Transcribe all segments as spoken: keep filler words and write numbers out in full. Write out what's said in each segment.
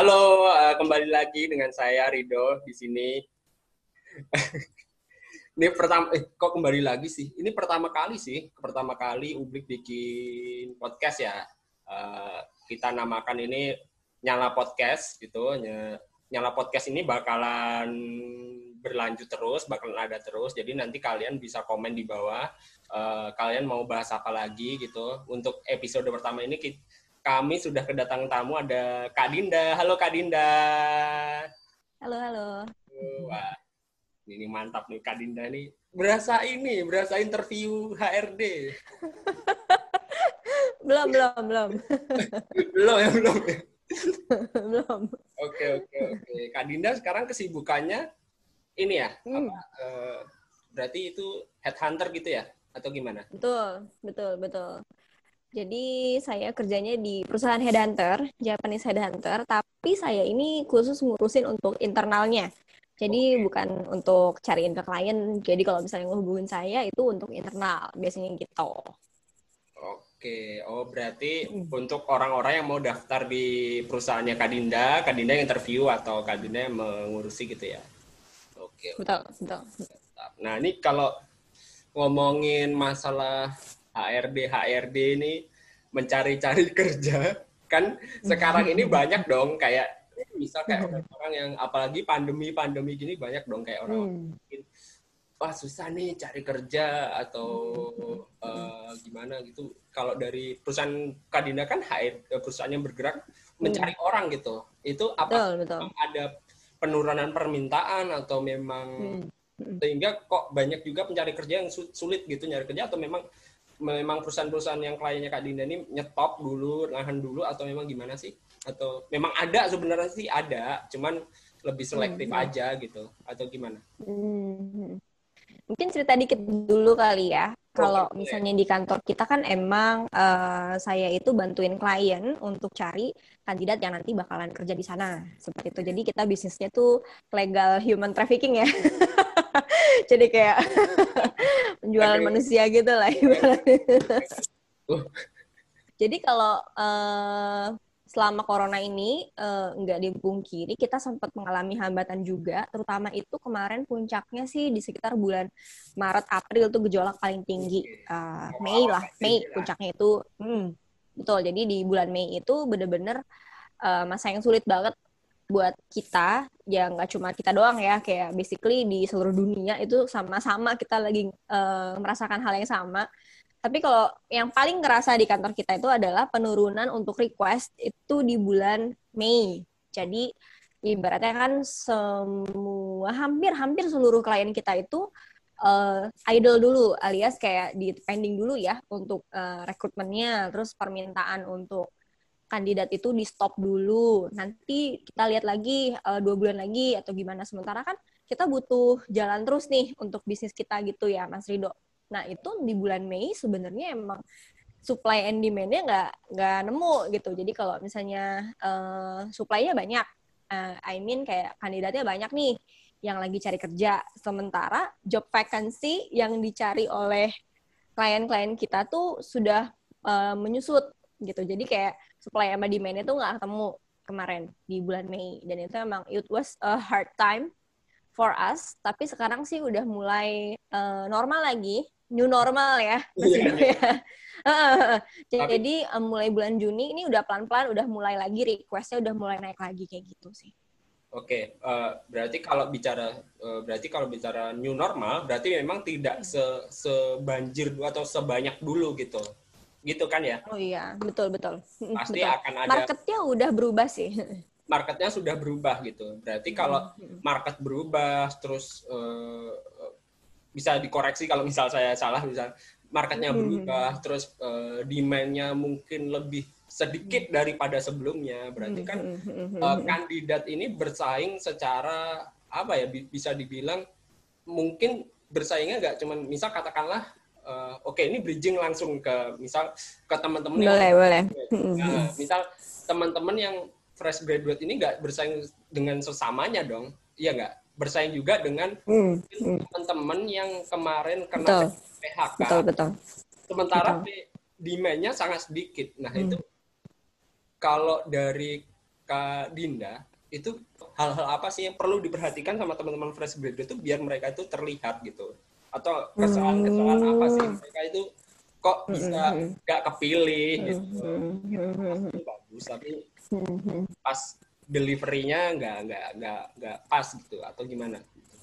Halo, uh, kembali lagi dengan saya Rido di sini. Ini pertama, eh, kok kembali lagi sih? Ini pertama kali sih, pertama kali Ublik bikin podcast ya. Uh, kita namakan ini Nyala Podcast gitu. Nyala Podcast ini bakalan berlanjut terus, bakalan ada terus. Jadi nanti kalian bisa komen di bawah. Uh, kalian mau bahas apa lagi gitu. Untuk episode pertama ini kita Kami sudah kedatangan tamu, ada Kak Dinda. Halo Kak Dinda. Halo, halo. Wah, ini mantap nih Kak Dinda nih. Berasa ini, berasa interview H R D. belum, belum, belum. belum ya, belum ya. belum. Oke, oke, oke. Kak Dinda sekarang kesibukannya ini ya, Hmm. apa? Uh, berarti itu headhunter gitu ya? Atau gimana? Betul, betul, betul. Jadi saya kerjanya di perusahaan headhunter, Japanese headhunter, tapi saya ini khusus ngurusin untuk internalnya. Jadi Oke. bukan untuk cariin ke klien. Jadi kalau misalnya ngehubungin saya itu untuk internal, biasanya gitu. Oke, oh berarti Hmm. untuk orang-orang yang mau daftar di perusahaannya Kak Dinda, Kak Dinda yang interview atau Kak Dinda yang mengurusi gitu ya? Oke, oke. Betul, betul. Nah ini kalau ngomongin masalah H R D H R D ini mencari-cari kerja kan sekarang ini banyak dong kayak misal kayak orang-orang yang apalagi pandemi-pandemi gini banyak dong kayak orang-orang mungkin wah susah nih cari kerja atau uh, gimana gitu. Kalau dari perusahaan Kadina kan H R perusahaan yang bergerak mencari hmm. orang gitu. Itu apa betul, betul. ada penurunan permintaan atau memang hmm. sehingga kok banyak juga pencari kerja yang sulit gitu nyari kerja atau memang memang perusahaan-perusahaan yang kliennya Kak Dinda ini nyetop dulu, nahan dulu atau memang gimana sih? Atau memang ada sebenarnya sih ada, cuman lebih selektif hmm. aja gitu atau gimana? Hmm. Mungkin cerita dikit dulu kali ya. Kalau oh, misalnya di kantor kita kan emang uh, saya itu bantuin klien untuk cari kandidat yang nanti bakalan kerja di sana. Seperti itu. Jadi kita bisnisnya tuh legal human trafficking ya. Jadi kayak penjualan Aduh. manusia gitu lah. Jadi kalau uh, selama corona ini uh, nggak dipungkiri kita sempat mengalami hambatan juga, terutama itu kemarin puncaknya sih di sekitar bulan Maret April tuh gejolak paling tinggi, uh, Mei lah, Mei puncaknya itu, hmm, betul. Jadi di bulan Mei itu bener-bener uh, masa yang sulit banget buat kita, ya nggak cuma kita doang ya, kayak basically di seluruh dunia itu sama-sama kita lagi uh, merasakan hal yang sama. Tapi kalau yang paling kerasa di kantor kita itu adalah penurunan untuk request itu di bulan Mei. Jadi ibaratnya kan semua hampir-hampir seluruh klien kita itu uh, idle dulu, alias kayak di pending dulu ya untuk uh, rekrutmennya, terus permintaan untuk kandidat itu di stop dulu. Nanti kita lihat lagi uh, dua bulan lagi atau gimana. Sementara kan kita butuh jalan terus nih untuk bisnis kita gitu ya, Mas Rido. Nah itu di bulan Mei sebenarnya emang supply and demand-nya nggak nggak nemu gitu. Jadi kalau misalnya uh, supply-nya banyak, uh, I mean kayak kandidatnya banyak nih yang lagi cari kerja. Sementara job vacancy yang dicari oleh klien-klien kita tuh sudah uh, menyusut gitu. Jadi kayak supply sama demand-nya tuh nggak ketemu kemarin di bulan Mei. Dan itu emang it was a hard time for us. Tapi sekarang sih udah mulai uh, normal lagi. New normal ya, Mas Ido ya. Jadi um, mulai bulan Juni ini udah pelan-pelan udah mulai lagi request-nya udah mulai naik lagi kayak gitu sih. Oke, uh, berarti kalau bicara uh, berarti kalau bicara new normal berarti memang tidak se sebanjir atau sebanyak dulu gitu. Gitu kan ya? Oh iya, betul betul. Pasti betul. akan ada marketnya udah berubah sih. Marketnya sudah berubah gitu. Berarti kalau market berubah terus uh, bisa dikoreksi kalau misal saya salah, misal marketnya berubah, hmm. terus uh, demand-nya mungkin lebih sedikit daripada sebelumnya, berarti kan uh, kandidat ini bersaing secara apa ya, bisa dibilang mungkin bersaingnya nggak cuma misal katakanlah, uh, oke okay, ini bridging langsung ke misal ke teman-teman yang boleh boleh, nah, misal teman-teman yang fresh graduate ini nggak bersaing dengan sesamanya dong, iya nggak? Bersaing juga dengan hmm. teman-teman yang kemarin kena P H K. Betul, betul. Sementara betul. Demand-nya sangat sedikit. Nah, hmm. itu kalau dari Kak Dinda, itu hal-hal apa sih yang perlu diperhatikan sama teman-teman fresh graduate itu biar mereka itu terlihat gitu? Atau kesalahan-kesalahan apa sih mereka itu kok bisa nggak kepilih gitu? Mungkin itu bagus tapi pas delivery-nya nggak nggak nggak nggak pas gitu atau gimana?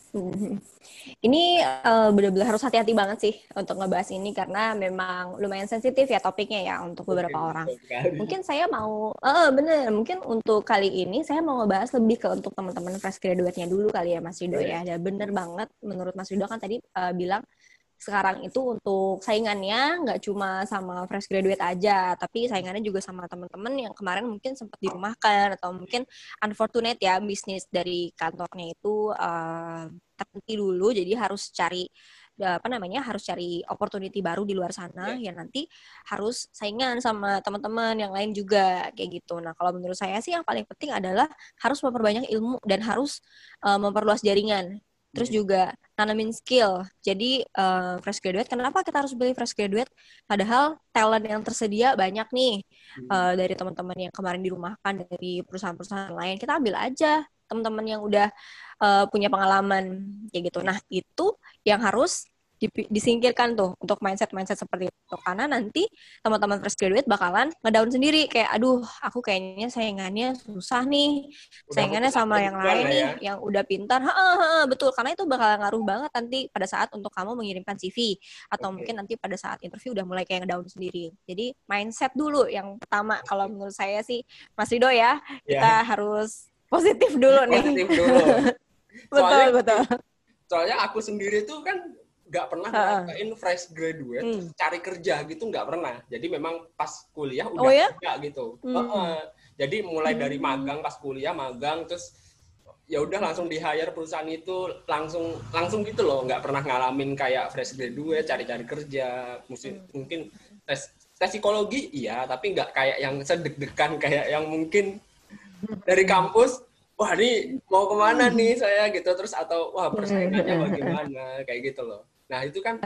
Ini uh, benar-benar harus hati-hati banget sih untuk ngebahas ini karena memang lumayan sensitif ya topiknya ya untuk beberapa Oke, orang. sekali. Mungkin saya mau, uh, bener, mungkin untuk kali ini saya mau ngebahas lebih ke untuk teman-teman fresh graduate-nya dulu kali ya Mas Rido ya. Dan bener banget menurut Mas Rido kan tadi uh, bilang sekarang itu untuk saingannya nggak cuma sama fresh graduate aja, tapi saingannya juga sama teman-teman yang kemarin mungkin sempat dirumahkan atau mungkin unfortunate ya bisnis dari kantornya itu uh, terhenti dulu, jadi harus cari apa namanya harus cari opportunity baru di luar sana yeah. Ya nanti harus saingan sama teman-teman yang lain juga kayak gitu. Nah kalau menurut saya sih yang paling penting adalah harus memperbanyak ilmu dan harus uh, memperluas jaringan. Terus juga nanamin skill. Jadi uh, fresh graduate, kenapa kita harus beli fresh graduate? Padahal talent yang tersedia banyak nih uh, dari teman-teman yang kemarin dirumahkan dari perusahaan-perusahaan lain. Kita ambil aja teman-teman yang udah uh, punya pengalaman kayak gitu. Nah itu yang harus disingkirkan tuh untuk mindset-mindset seperti itu. Karena nanti teman-teman fresh graduate bakalan ngedown sendiri. Kayak, aduh, aku kayaknya saingannya susah nih. Udah saingannya sama yang lain nih, ya? Yang udah pintar. Ha, ha, ha, betul, karena itu bakalan ngaruh banget nanti pada saat untuk kamu mengirimkan C V. Atau okay. Mungkin nanti pada saat interview udah mulai kayak ngedown sendiri. Jadi, mindset dulu yang pertama. Kalau menurut saya sih, Mas Rido ya, kita yeah. harus positif dulu nih. Positif dulu. Betul, soalnya, betul. Soalnya aku sendiri tuh kan nggak pernah ngerasain fresh graduate hmm. terus cari kerja gitu, nggak pernah. Jadi memang pas kuliah udah oh, ya? kerja gitu. Hmm. Uh-uh. Jadi mulai dari magang, pas kuliah magang, terus ya udah langsung di hire perusahaan itu langsung langsung gitu loh. Nggak pernah ngalamin kayak fresh graduate cari-cari kerja. Mungkin hmm. mungkin tes tes psikologi iya, tapi nggak kayak yang sedeg-degan kayak yang mungkin dari kampus. Wah ini mau kemana nih saya gitu, terus atau wah persaingannya bagaimana kayak gitu loh. Nah itu kan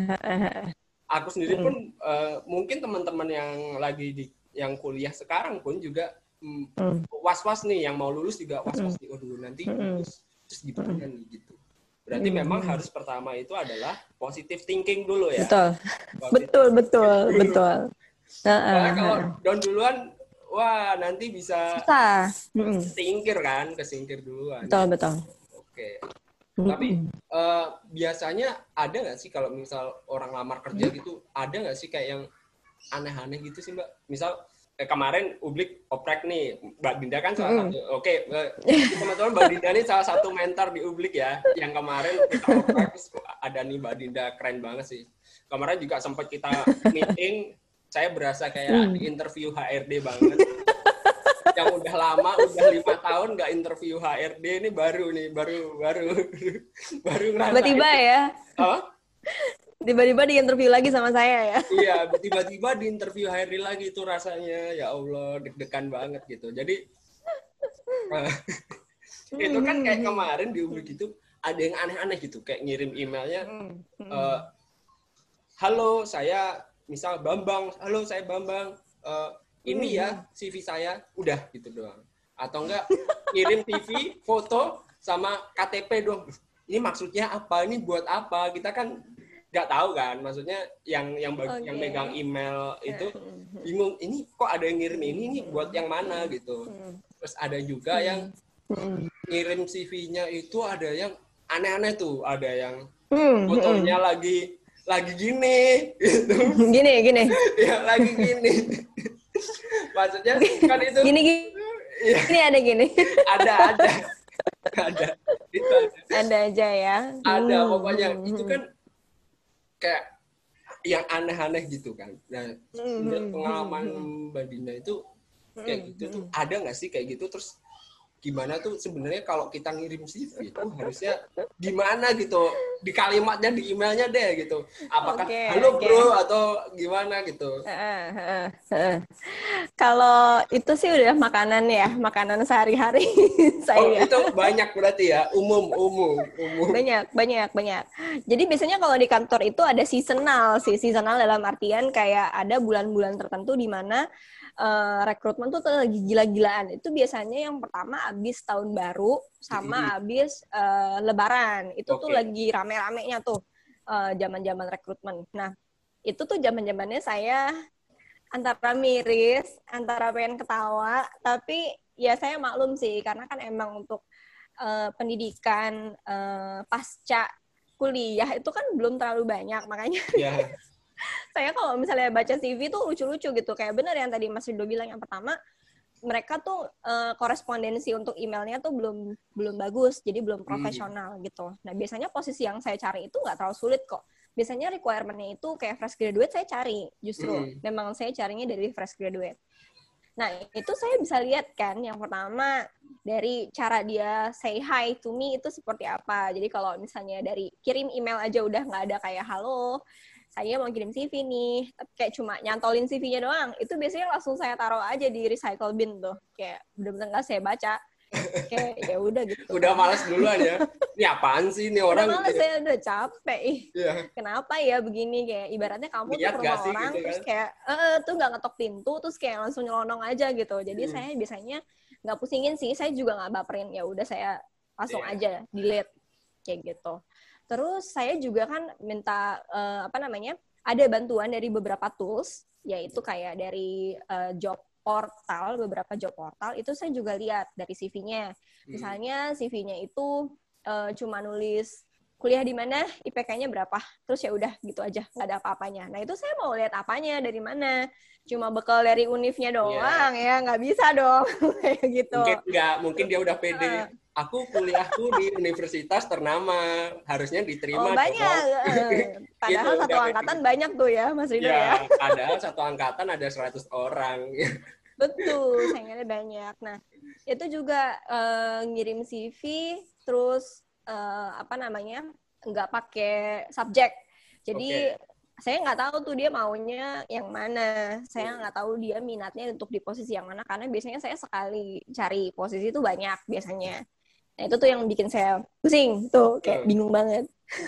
aku sendiri pun uh, mungkin teman-teman yang lagi di yang kuliah sekarang pun juga mm, was-was nih, yang mau lulus juga was-was nih, oh dulu nanti lulus terus gimana nih gitu. Berarti memang harus pertama itu adalah positive thinking dulu ya. Betul, betul, betul, betul. Karena kalau down duluan, wah nanti bisa kesingkir kan, kesingkir duluan. Betul, betul. Oke. Tapi uh, biasanya ada nggak sih kalau misal orang lamar kerja gitu, ada nggak sih kayak yang aneh-aneh gitu sih Mbak? Misal eh, kemarin Ublik oprek nih, Mbak Dinda kan salah satu. Oke, okay, teman-teman Mbak Dinda ini salah satu mentor di Ublik ya. Yang kemarin kita oprek, ada nih Mbak Dinda, keren banget sih. Kemarin juga sempat kita meeting, saya berasa kayak di interview H R D banget. Yang udah lama, udah lima tahun nggak interview H R D, ini baru nih, baru baru baru ngerasain. Tiba-tiba ya? Apa? Tiba-tiba di interview lagi sama saya ya? Iya, tiba-tiba di interview H R D lagi itu rasanya, ya Allah, deg-degan banget gitu. Jadi uh, itu kan kayak kemarin di Ublik itu ada yang aneh-aneh gitu, kayak ngirim emailnya, uh, halo saya misal Bambang, halo saya Bambang. Uh, ini ya C V saya, udah gitu doang. Atau enggak kirim C V, foto sama K T P dong. Ini maksudnya apa? Ini buat apa? Kita kan nggak tahu kan. Maksudnya yang yang bagi, okay. yang megang email itu bingung. Ini kok ada yang ngirim ini? Ini buat yang mana gitu. Terus ada juga yang ngirim C V-nya itu ada yang aneh-aneh tuh. Ada yang fotonya lagi lagi gini gitu. Gini, gini. Ya lagi gini. Maksudnya kan itu gini gini, ya. Ini ada gini ada ada ada itu ada ada aja ya ada hmm. pokoknya itu kan kayak yang aneh-aneh gitu kan. Nah hmm. pengalaman Mbak Dina itu kayak hmm. gitu tuh ada nggak sih kayak gitu? Terus gimana tuh sebenarnya kalau kita ngirim C V itu harusnya gimana gitu di kalimatnya, di emailnya deh gitu. Apakah okay, halo okay. bro atau gimana gitu. Uh, uh, uh. Kalau itu sih udah makanan ya, makanan sehari-hari Oh, saya. itu banyak berarti ya, umum, umum, umum. Banyak, banyak, banyak. Jadi biasanya kalau di kantor itu ada seasonal sih, seasonal dalam artian kayak ada bulan-bulan tertentu di mana uh, rekrutmen tuh lagi gila-gilaan. Itu biasanya yang pertama abis tahun baru sama abis uh, lebaran. Itu okay. tuh lagi rame-ramenya tuh uh, zaman-zaman rekrutmen. Nah, itu tuh zaman-zamannya saya antara miris, antara pengen ketawa, tapi ya saya maklum sih, karena kan emang untuk uh, pendidikan uh, pasca kuliah itu kan belum terlalu banyak, makanya yeah. saya kalau misalnya baca C V tuh lucu-lucu gitu, kayak benar yang tadi Mas Rido bilang, yang pertama, mereka tuh uh, korespondensi untuk emailnya tuh belum belum bagus, jadi belum profesional hmm. gitu. Nah, biasanya posisi yang saya cari itu nggak terlalu sulit kok. Biasanya requirement-nya itu kayak fresh graduate saya cari, justru. Mm. Memang saya carinya dari fresh graduate. Nah, itu saya bisa lihat kan, yang pertama dari cara dia say hi to me itu seperti apa. Jadi kalau misalnya dari kirim email aja udah nggak ada kayak halo, saya mau kirim C V nih, tapi kayak cuma nyantolin C V-nya doang, itu biasanya langsung saya taruh aja di recycle bin tuh. Kayak bener-bener nggak saya baca. Kayak ya udah gitu. Udah malas duluan ya. Ini apaan sih ini orang? Udah malas, saya udah capek. Yeah. Kenapa ya begini, kayak ibaratnya kamu Lihat tuh ke rumah sih, orang gitu terus kan? kayak eh tuh nggak ngetok pintu terus kayak langsung nyelonong aja gitu. Jadi hmm. saya biasanya nggak pusingin sih, saya juga nggak baperin, ya udah saya langsung yeah. aja delete kayak gitu. Terus saya juga kan minta uh, apa namanya? Ada bantuan dari beberapa tools, yaitu kayak dari uh, job portal, beberapa job portal, itu saya juga lihat dari C V-nya. Misalnya C V-nya itu uh, cuma nulis kuliah di mana, I P K-nya berapa, terus ya udah gitu aja, nggak ada apa-apanya. Nah itu saya mau lihat apanya, dari mana. Cuma bekal dari univnya doang yeah. ya, nggak bisa dong. Kayak gitu. Mungkin nggak, mungkin dia udah pede. Uh. Aku kuliahku di universitas ternama, harusnya diterima. Oh, banyak. Uh, padahal gitu, satu angkatan pede. Banyak tuh ya, Mas Rido ya. Ya, padahal satu angkatan ada seratus orang. Betul, saingannya banyak. Nah, itu juga uh, ngirim C V, terus uh, apa namanya, nggak pakai subjek. Jadi, okay. saya nggak tahu tuh dia maunya yang mana. Saya nggak tahu dia minatnya untuk di posisi yang mana, karena biasanya saya sekali cari posisi itu banyak biasanya. Nah, itu tuh yang bikin saya pusing, tuh kayak bingung banget.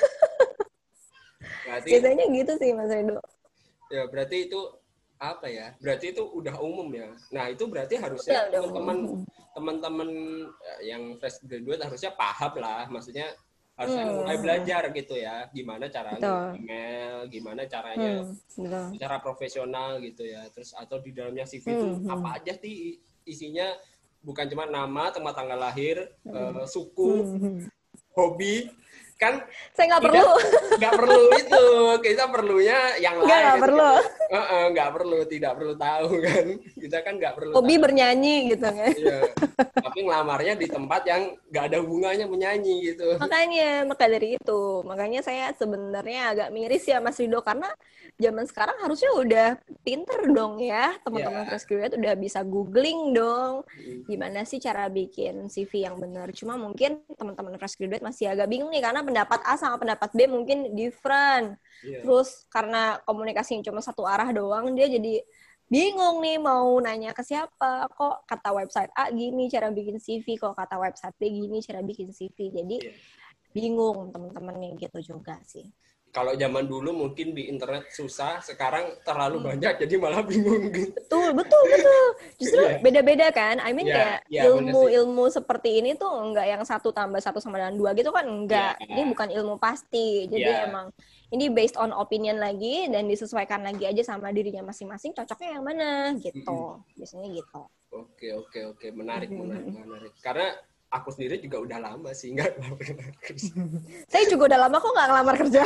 Berarti, biasanya gitu sih, Mas Rido. Ya, berarti itu apa ya? Berarti itu udah umum ya. Nah, itu berarti harusnya ya, teman-teman teman-teman yang fresh graduate harusnya paham lah, maksudnya harusnya hmm. mulai belajar gitu ya, gimana caranya email, gimana caranya hmm. cara profesional gitu ya. Terus atau di dalamnya C V itu hmm. apa aja sih isinya, bukan cuma nama, tempat tanggal lahir, hmm. uh, suku, hmm. hobi. Kan saya nggak perlu nggak perlu itu, kita perlunya yang lain. Nggak perlu uh, uh, nggak perlu, tidak perlu tahu kan, kita kan nggak perlu hobi tahu. Bernyanyi gitu kan. Iya. Tapi ngelamarnya di tempat yang nggak ada hubungannya menyanyi gitu. Makanya maka dari itu makanya saya sebenarnya agak miris ya Mas Rido, karena zaman sekarang harusnya udah pinter dong ya teman-teman yeah. fresh graduate, udah bisa googling dong gimana sih cara bikin C V yang benar. Cuma mungkin teman-teman fresh graduate masih agak bingung nih, karena pendapat A sama pendapat B mungkin different. Yeah. Terus karena komunikasinya cuma satu arah doang, dia jadi bingung nih mau nanya ke siapa. Kok kata website A gini cara bikin C V, kok kata website B gini cara bikin C V. Jadi yeah. bingung teman-temannya gitu juga sih. Kalau zaman dulu mungkin di internet susah, sekarang terlalu hmm. banyak jadi malah bingung gitu. Betul, betul, betul. Justru yeah. beda-beda kan. I mean yeah. kayak yeah, ilmu-ilmu seperti ini tuh enggak yang satu tambah satu sama dengan dua gitu kan, enggak. Yeah. Ini bukan ilmu pasti. Jadi yeah. emang ini based on opinion lagi dan disesuaikan lagi aja sama dirinya masing-masing, cocoknya yang mana gitu. Mm-hmm. Biasanya gitu. Oke, oke, oke. Menarik, mm-hmm. menarik, menarik. Karena aku sendiri juga udah lama sih nggak ngelamar kerja. Saya juga udah lama kok nggak ngelamar kerja.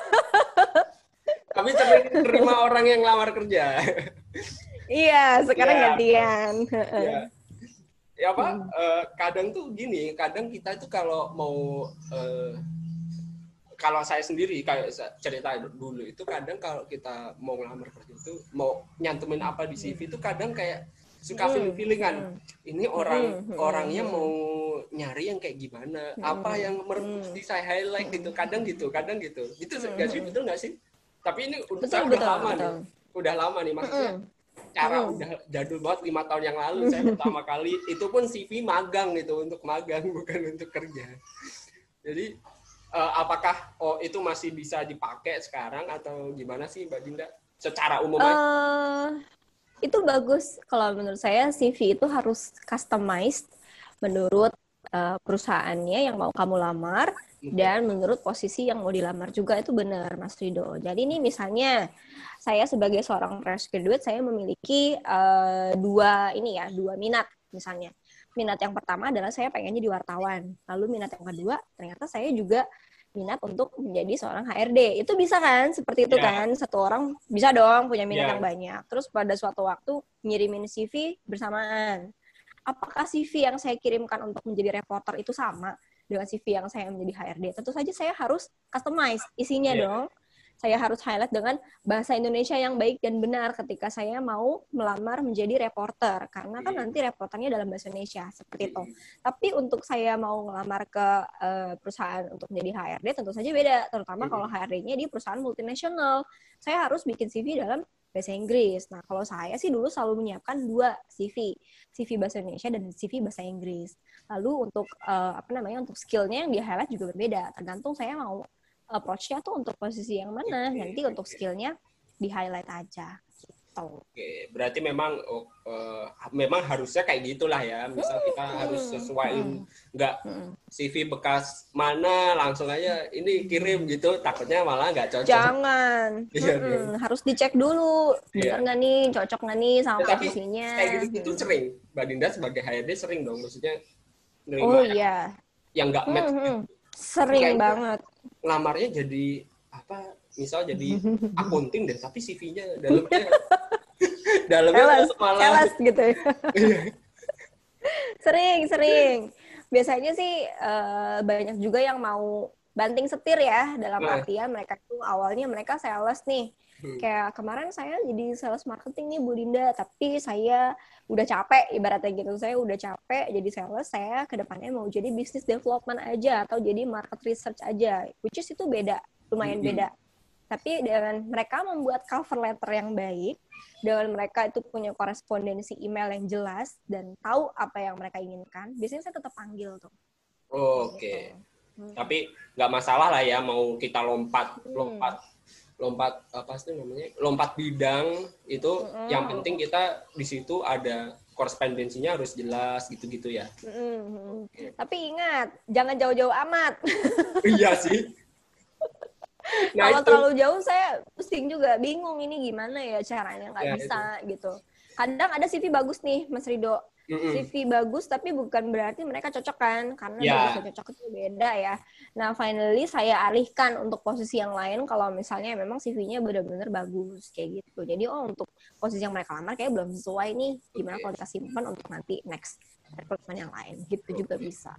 Tapi sering terima orang yang ngelamar kerja. Iya, sekarang ya, gantian. Ya, ya apa? Hmm. Uh, kadang tuh gini, kadang kita itu kalau mau, uh, kalau saya sendiri kayak cerita dulu itu, kadang kalau kita mau ngelamar kerja itu mau nyantumin apa di C V itu kadang kayak suka feeling-feelingan. Ini orang hmm. orangnya mau mau nyari yang kayak gimana, Hmm. apa yang mesti saya highlight gitu, kadang gitu, kadang gitu. Itu nggak sih, betul nggak sih? Tapi ini udah, Betul, udah betul, lama betul. nih, udah lama nih maksudnya. Hmm. Cara Hmm. udah jadul banget, lima tahun yang lalu saya pertama kali itu pun C V magang gitu, untuk magang bukan untuk kerja. Jadi uh, apakah oh itu masih bisa dipakai sekarang atau gimana sih Mbak Dinda? Secara umum aja. Uh, itu bagus kalau menurut saya C V itu harus customized menurut uh, perusahaannya yang mau kamu lamar dan menurut posisi yang mau dilamar juga, itu benar Mas Rido. Jadi ini misalnya saya sebagai seorang fresh graduate, saya memiliki uh, dua ini ya, dua minat misalnya. Minat yang pertama adalah saya pengen jadi wartawan. Lalu minat yang kedua ternyata saya juga minat untuk menjadi seorang H R D. Itu bisa kan? Seperti itu Yeah. kan? Satu orang bisa dong punya minat Yeah. yang banyak. Terus pada suatu waktu ngirimin C V bersamaan. Apakah C V yang saya kirimkan untuk menjadi reporter itu sama dengan C V yang saya menjadi H R D? Tentu saja saya harus customize isinya yeah. dong. Saya harus highlight dengan bahasa Indonesia yang baik dan benar ketika saya mau melamar menjadi reporter. Karena kan nanti reporternya dalam bahasa Indonesia, seperti itu. Tapi untuk saya mau melamar ke uh, perusahaan untuk menjadi H R D, tentu saja beda. Terutama kalau H R D-nya di perusahaan multinasional. Saya harus bikin C V dalam bahasa Inggris. Nah, kalau saya sih dulu selalu menyiapkan dua C V. C V bahasa Indonesia dan C V bahasa Inggris. Lalu untuk, uh, apa namanya, untuk skill-nya yang di-highlight juga berbeda. Tergantung saya mau approach-nya tuh untuk posisi yang mana, okay, nanti okay. Untuk skill-nya di-highlight aja gitu. Oke, berarti memang oh, uh, memang harusnya kayak gitulah ya. Misal hmm, kita hmm, harus sesuaiin, nggak hmm. C V bekas mana langsung aja ini kirim gitu, takutnya malah nggak cocok. Jangan, iya, hmm, harus dicek dulu, benar nggak iya. nih, cocok nggak nih sama ya, posisinya. Tapi kayak gitu-gitu hmm. sering, Mbak Dinda sebagai H R D sering dong, maksudnya nerima oh, yang, iya. yang nggak hmm, match. Hmm. Sering banget. Ngelamarnya jadi apa? Misal jadi akunting deh, tapi C V-nya dalamnya dalamnya malah kelas gitu ya. sering, sering. Biasanya sih uh, banyak juga yang mau banting setir ya, dalam nah. artian mereka tuh awalnya mereka sales nih. Hmm. Kayak kemarin saya jadi sales marketing nih Bu Dinda, tapi saya udah capek ibaratnya gitu. Saya udah capek jadi sales, saya kedepannya mau jadi business development aja atau jadi market research aja. Which is itu beda, lumayan hmm. beda. Tapi dengan mereka membuat cover letter yang baik, dengan mereka itu punya korespondensi email yang jelas dan tahu apa yang mereka inginkan, biasanya saya tetap panggil tuh. Oh, Oke. Okay. Gitu. Hmm. Tapi nggak masalah lah ya mau kita lompat, hmm. lompat, lompat apa sih namanya? Lompat bidang itu hmm. yang penting kita di situ ada korespondensinya harus jelas gitu-gitu ya. Hmm. Okay. Tapi ingat, jangan jauh-jauh amat. Iya sih. Nah, kalau terlalu jauh saya pusing juga, bingung ini gimana ya caranya, nggak ya, bisa itu. Gitu. Kadang ada C V bagus nih Mas Rido, mm-mm. C V bagus tapi bukan berarti mereka cocok kan, karena ya. Bagus dan cocok itu beda ya. Nah finally saya alihkan untuk posisi yang lain kalau misalnya memang C V-nya benar-benar bagus kayak gitu. Jadi oh untuk posisi yang mereka lamar kayak belum sesuai nih, gimana okay. kalau kita simpan untuk nanti next rekrutmen yang lain gitu okay. juga bisa.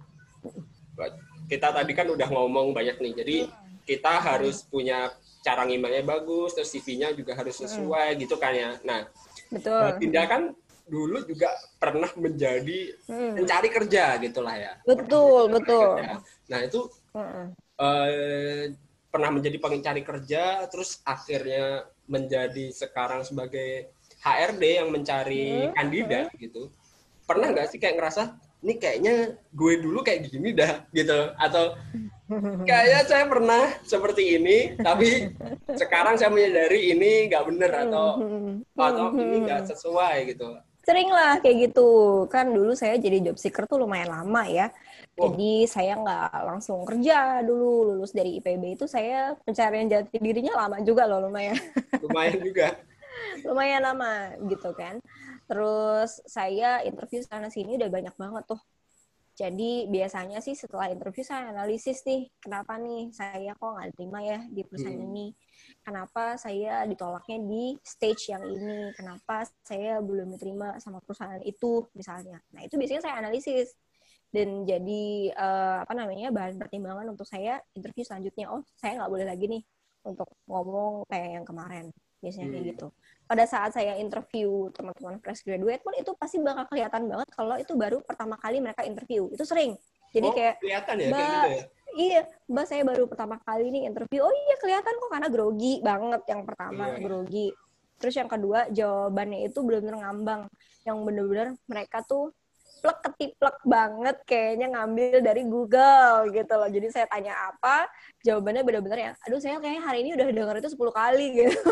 Kita tadi kan udah ngomong banyak nih, jadi kita harus punya cara ngimanya bagus, terus C V-nya juga harus sesuai hmm. gitu kan ya. Nah, betul. Mbak Dinda kan dulu juga pernah menjadi hmm. pencari kerja gitulah ya. Betul, betul. Kerja. Nah, itu hmm. eh, pernah menjadi pencari kerja, terus akhirnya menjadi sekarang sebagai H R D yang mencari hmm. kandidat hmm. gitu. Pernah nggak sih kayak ngerasa, ini kayaknya gue dulu kayak gini dah gitu, atau kayaknya saya pernah seperti ini tapi sekarang saya menyadari ini nggak bener atau atau ini nggak sesuai gitu. Sering lah kayak gitu kan, dulu saya jadi job seeker tuh lumayan lama ya. Wow. Jadi saya nggak langsung kerja dulu, lulus dari I P B itu saya pencarian jati dirinya lama juga loh, lumayan lumayan juga lumayan lama gitu kan. Terus saya interview sana sini udah banyak banget tuh. Jadi biasanya sih setelah interview saya analisis nih, kenapa nih saya kok nggak diterima ya di perusahaan hmm. ini, kenapa saya ditolaknya di stage yang ini, kenapa saya belum diterima sama perusahaan itu misalnya. Nah itu biasanya saya analisis dan jadi uh, apa namanya bahan pertimbangan untuk saya interview selanjutnya. Oh saya nggak boleh lagi nih untuk ngomong kayak yang kemarin, biasanya hmm. kayak gitu. Pada saat saya interview teman-teman fresh graduate pun itu pasti bakal kelihatan banget kalau itu baru pertama kali mereka interview. Itu sering. Jadi oh, kayak, kelihatan ya Mbak, kayak gitu ya? Iya, Mbak saya baru pertama kali nih interview. Oh iya kelihatan kok karena grogi banget yang pertama, Iya. grogi. Terus yang kedua jawabannya itu benar-benar ngambang. Yang benar-benar mereka tuh plek ketiplek banget kayaknya ngambil dari Google gitu loh. Jadi saya tanya apa, jawabannya benar-benar yang, aduh saya kayaknya hari ini udah denger itu sepuluh kali gitu.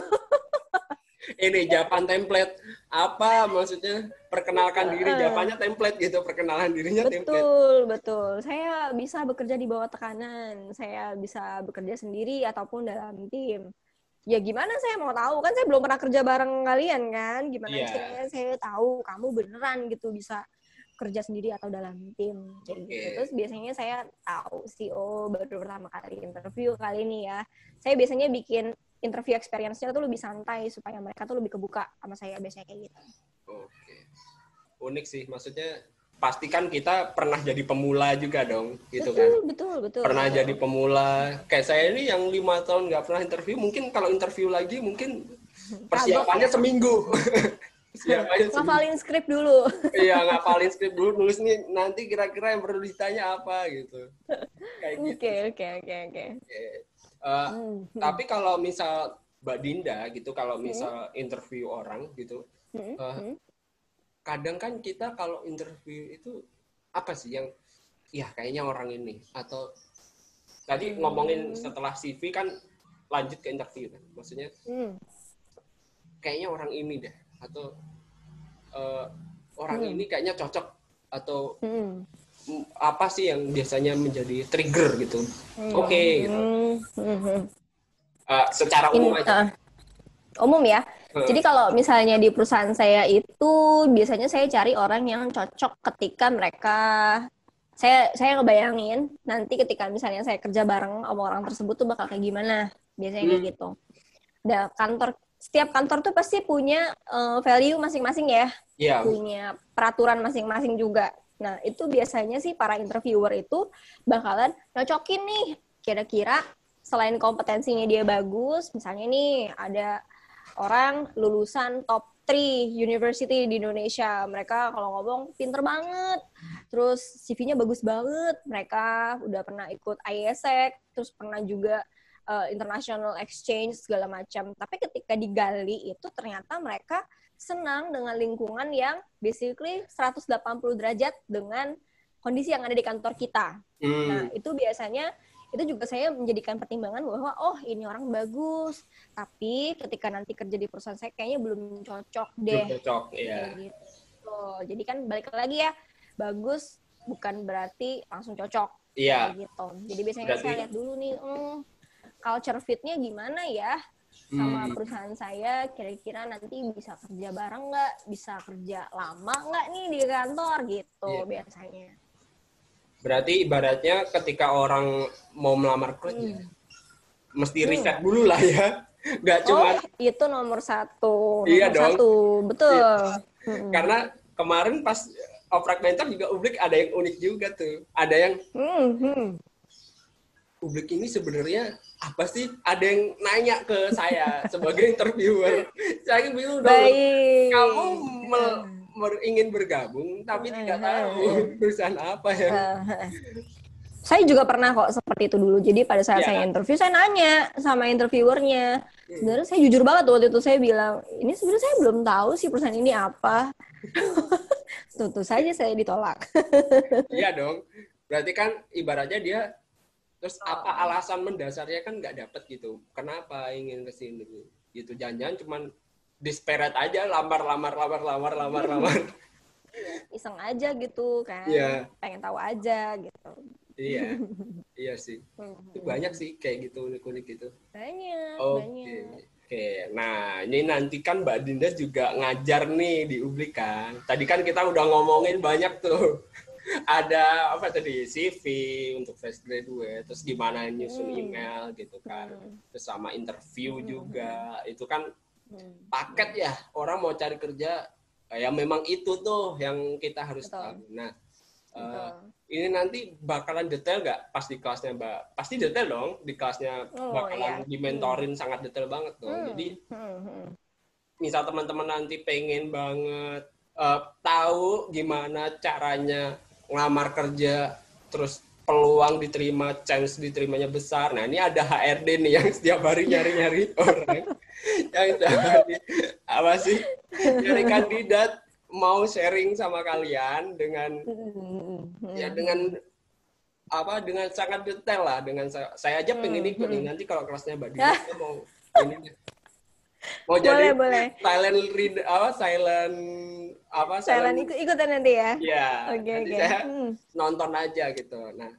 Ini Japan template apa maksudnya perkenalkan diri, Japannya template gitu, perkenalan dirinya betul, template. Betul, betul. Saya bisa bekerja di bawah tekanan, saya bisa bekerja sendiri ataupun dalam tim. Ya gimana saya mau tahu, kan saya belum pernah kerja bareng kalian kan, gimana Iya. caranya saya tahu kamu beneran gitu bisa kerja sendiri atau dalam tim kayak Oke. gitu. Terus biasanya saya tahu sih, oh baru pertama kali interview kali ini ya. Saya biasanya bikin interview experience-nya tuh lebih santai supaya mereka tuh lebih kebuka sama saya biasanya kayak gitu. Oke. Unik sih, maksudnya pastikan kita pernah jadi pemula juga dong, gitu betul, kan? Betul, betul. Pernah betul. jadi pemula. Kayak saya ini yang lima tahun nggak pernah interview, mungkin kalau interview lagi mungkin persiapannya ya? seminggu. Persiapannya ngafalin skrip dulu. Iya, ngafalin skrip dulu, nulis nih nanti kira-kira yang perlu ditanya apa gitu. Kayak gitu. Oke, oke, oke, oke. Uh, hmm. Tapi kalau misal Mbak Dinda gitu, kalau misal hmm. interview orang gitu, hmm. Uh, hmm. kadang kan kita kalau interview itu apa sih yang, ya kayaknya orang ini, atau tadi hmm. ngomongin setelah C V kan lanjut ke interview kan, maksudnya hmm. kayaknya orang ini deh, atau uh, orang hmm. ini kayaknya cocok, atau hmm. apa sih yang biasanya menjadi trigger gitu? Hmm. Oke, okay, gitu. Hmm. Uh, secara umum In, aja. Uh, umum ya. Hmm. Jadi kalau misalnya di perusahaan saya itu biasanya saya cari orang yang cocok ketika mereka, saya saya ngebayangin nanti ketika misalnya saya kerja bareng sama orang tersebut tuh bakal kayak gimana. Biasanya hmm. kayak gitu. Dan kantor, setiap kantor tuh pasti punya uh, value masing-masing ya. Yeah. Punya peraturan masing-masing juga. Nah, itu biasanya sih para interviewer itu bakalan nyocokin nih, kira-kira selain kompetensinya dia bagus, misalnya nih ada orang lulusan top tiga university di Indonesia, mereka kalau ngomong pinter banget, terus C V-nya bagus banget, mereka udah pernah ikut I E S E C, terus pernah juga uh, international exchange segala macam, tapi ketika digali itu ternyata mereka senang dengan lingkungan yang basically seratus delapan puluh derajat dengan kondisi yang ada di kantor kita. Hmm. Nah, itu biasanya, itu juga saya menjadikan pertimbangan bahwa, oh ini orang bagus, tapi ketika nanti kerja di perusahaan saya kayaknya belum cocok deh. Belum cocok, iya. Gitu. Jadi kan balik lagi ya, bagus bukan berarti langsung cocok. Iya. Gitu. Jadi biasanya berarti... saya lihat dulu nih, hmm, culture fit-nya gimana ya? Sama hmm. perusahaan saya, kira-kira nanti bisa kerja bareng nggak, bisa kerja lama nggak nih di kantor gitu yeah. biasanya. Berarti ibaratnya ketika orang mau melamar kerja, hmm. mesti riset hmm. dulu lah ya, nggak cuma. Oh, itu nomor satu, nomor iya dong. satu, betul. Iya. Hmm. Karena kemarin pas oprek mentor juga Ublik ada yang unik juga tuh, ada yang. Hmm. Hmm. Publik ini sebenarnya apa sih? Ada yang nanya ke saya sebagai interviewer. Saya bingung dong. Kamu me- me- ingin bergabung tapi tidak tahu perusahaan apa ya. Saya juga pernah kok seperti itu dulu. Jadi pada saat ya. saya interview, saya nanya sama interviewernya. Sebenarnya saya jujur banget waktu itu, saya bilang, ini sebenarnya saya belum tahu sih perusahaan ini apa. Tentu saja saya ditolak. Iya dong. Berarti kan ibaratnya dia terus oh. apa alasan mendasarnya kan nggak dapet gitu. Kenapa ingin kesini gitu? Jangan-jangan cuman desperate aja, lamar, lamar, lamar, lamar, lamar, lamar. Iseng aja gitu kan. Yeah. Pengen tahu aja gitu. Iya, iya sih. Itu banyak sih kayak gitu, unik-unik gitu. Banyak, Oke. banyak. Oke, nah ini nanti kan Mbak Dinda juga ngajar nih di Ublik kan. Tadi kan kita udah ngomongin banyak tuh. Ada apa tadi, C V untuk fresh graduate, terus gimana nyusun hmm. email gitu kan, terus sama interview hmm. juga, itu kan hmm. paket ya, orang mau cari kerja, ya memang itu tuh yang kita harus Betul. tahu. Nah, uh, ini nanti bakalan detail nggak pas di kelasnya Mbak? Pasti detail dong, di kelasnya oh, bakalan iya. dimentorin hmm. sangat detail banget dong. Hmm. Jadi, hmm. misal teman-teman nanti pengen banget uh, tahu gimana caranya ngelamar kerja terus peluang diterima, chance diterimanya besar. Nah, ini ada H R D nih yang setiap hari nyari-nyari orang yang setiap hari apa sih nyari kandidat mau sharing sama kalian dengan ya dengan apa dengan sangat detail lah. Dengan saya, saya aja pengen ikut nih nanti kalau kelasnya Mbak Dina saya mau ini mau boleh, jadi boleh. silent read apa silent apa silent, silent ikut ikutan nanti ya. Iya. Okay, nanti okay. saya hmm. nonton aja gitu. Nah.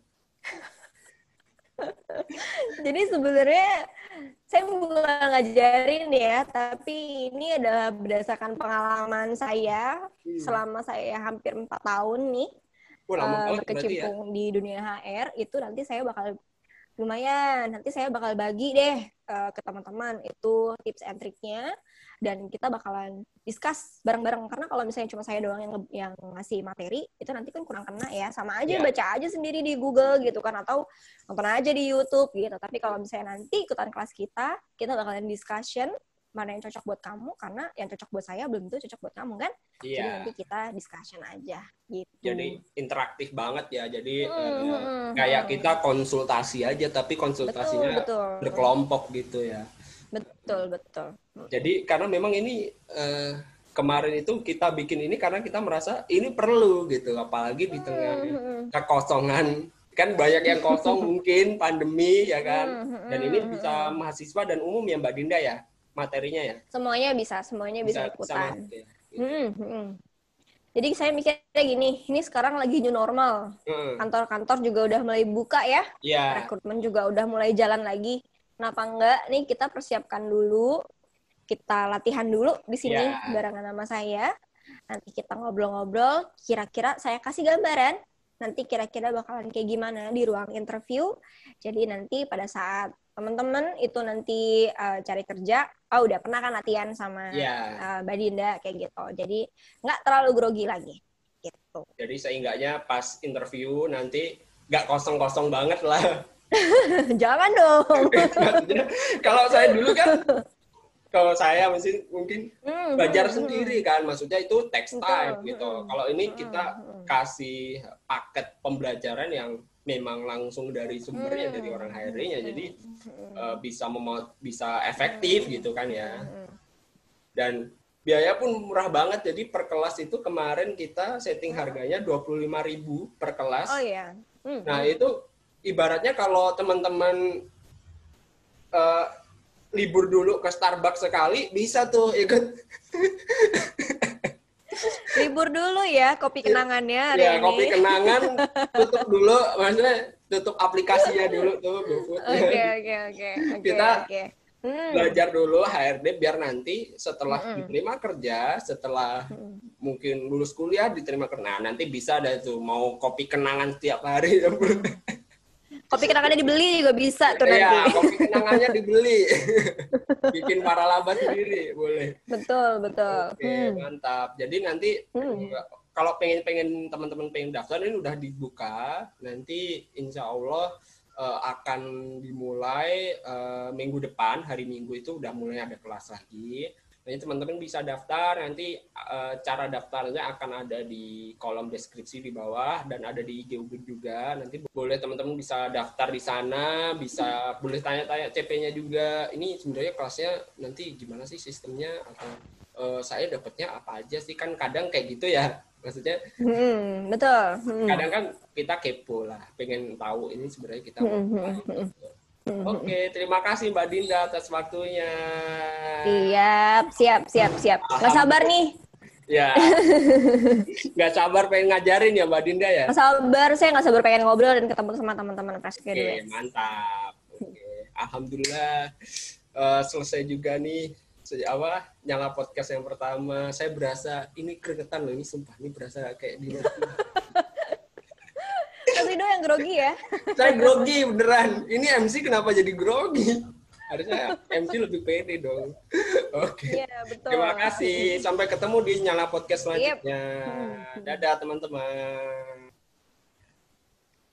Jadi sebenarnya saya bukan ngajarin ya, tapi ini adalah berdasarkan pengalaman saya hmm. selama saya hampir empat tahun nih oh, uh, berkecimpung ya? di dunia H R. Itu nanti saya bakal lumayan, nanti saya bakal bagi deh uh, ke teman-teman itu tips and triknya, dan kita bakalan discuss bareng-bareng. Karena kalau misalnya cuma saya doang yang yang ngasih materi, itu nanti kan kurang kena ya. Sama aja yeah. baca aja sendiri di Google gitu kan, atau nonton aja di YouTube gitu. Tapi kalau misalnya nanti ikutan kelas kita, kita bakalan discussion mana yang cocok buat kamu, karena yang cocok buat saya belum tentu cocok buat kamu kan. Yeah. Jadi nanti kita discussion aja gitu. Jadi interaktif banget ya. Jadi hmm, uh, hmm, kayak hmm. kita konsultasi aja, tapi konsultasinya betul, betul. berkelompok gitu ya. Betul, betul. Jadi karena memang ini uh, kemarin itu kita bikin ini karena kita merasa ini perlu gitu, apalagi di tengah hmm. kekosongan. Kan banyak yang kosong mungkin pandemi ya kan. Dan ini bisa mahasiswa dan umum ya Mbak Dinda ya materinya ya. Semuanya bisa, semuanya bisa, bisa ikutan. Bisa, ya, gitu. hmm, hmm. Jadi saya mikirnya gini, ini sekarang lagi new normal. Hmm. Kantor-kantor juga udah mulai buka ya. Yeah. Rekrutmen juga udah mulai jalan lagi. Kenapa enggak nih kita persiapkan dulu, kita latihan dulu di sini yeah. barengan sama saya. Nanti kita ngobrol-ngobrol, kira-kira saya kasih gambaran, nanti kira-kira bakalan kayak gimana di ruang interview. Jadi nanti pada saat teman-teman itu nanti uh, cari kerja, oh udah pernah kan latihan sama yeah. uh, Mbak Dinda kayak gitu. Jadi nggak terlalu grogi lagi gitu. Jadi seenggaknya pas interview nanti nggak kosong-kosong banget lah. Jangan dong. Maksudnya, kalau saya dulu kan, kalau saya mungkin mungkin hmm, belajar hmm, sendiri kan, maksudnya itu text time gitu. Hmm, kalau ini kita hmm, kasih paket pembelajaran yang memang langsung dari sumbernya hmm. dari orang H R D-nya, jadi hmm. uh, bisa memo- bisa efektif hmm. gitu kan ya. Dan biaya pun murah banget, jadi per kelas itu kemarin kita setting harganya dua puluh lima ribu per kelas. Oh iya. Hmm. Nah itu ibaratnya kalau teman-teman uh, libur dulu ke Starbucks sekali bisa tuh ikut. Libur dulu ya, kopi kenangannya hari ya, ini. Kopi kenangan, tutup dulu, maksudnya tutup aplikasinya dulu tuh GoFood. Oke, oke, oke. Kita okay. Hmm. belajar dulu H R D biar nanti setelah hmm. diterima kerja, setelah hmm. mungkin lulus kuliah diterima kerja, nah, nanti bisa ada tuh mau kopi kenangan setiap hari. Kopi kenangannya dibeli juga bisa tuh ya, nanti. Iya, kopi kenangannya dibeli. Bikin waralaba sendiri, boleh. Betul, betul. Oke, hmm. mantap. Jadi nanti hmm. kalau pengen-pengen teman-teman pengen daftar ini udah dibuka, nanti insya Allah uh, akan dimulai uh, minggu depan, hari Minggu itu udah mulai ada kelas lagi. Nanti teman-teman bisa daftar, nanti uh, cara daftarnya akan ada di kolom deskripsi di bawah dan ada di I G U B juga. Nanti boleh teman-teman bisa daftar di sana, bisa boleh tanya-tanya C P-nya juga. Ini sebenarnya kelasnya nanti gimana sih sistemnya atau uh, saya dapatnya apa aja sih, kan kadang kayak gitu ya. Maksudnya hmm, betul. Hmm. Kadang kan kita kepo lah, pengen tahu ini sebenarnya kita mau apa gitu. Oke, okay, terima kasih Mbak Dinda atas waktunya. Siap, siap, siap, siap. Nggak sabar nih. Ya, nggak sabar pengen ngajarin ya Mbak Dinda ya? Nggak sabar, saya nggak sabar pengen ngobrol dan ketemu sama teman-teman Fresh Graduates. Oke, okay, mantap. Oke, okay. Alhamdulillah uh, selesai juga nih. Apa nyala podcast yang pertama. Saya berasa ini gregetan loh, ini sumpah, ini berasa kayak di Rido yang grogi ya? Saya grogi beneran. Ini M C kenapa jadi grogi? Harusnya M C lebih pede dong. Oke. Okay. Iya, betul. Terima kasih. Sampai ketemu di Nyala Podcast selanjutnya. Yep. Dadah teman-teman.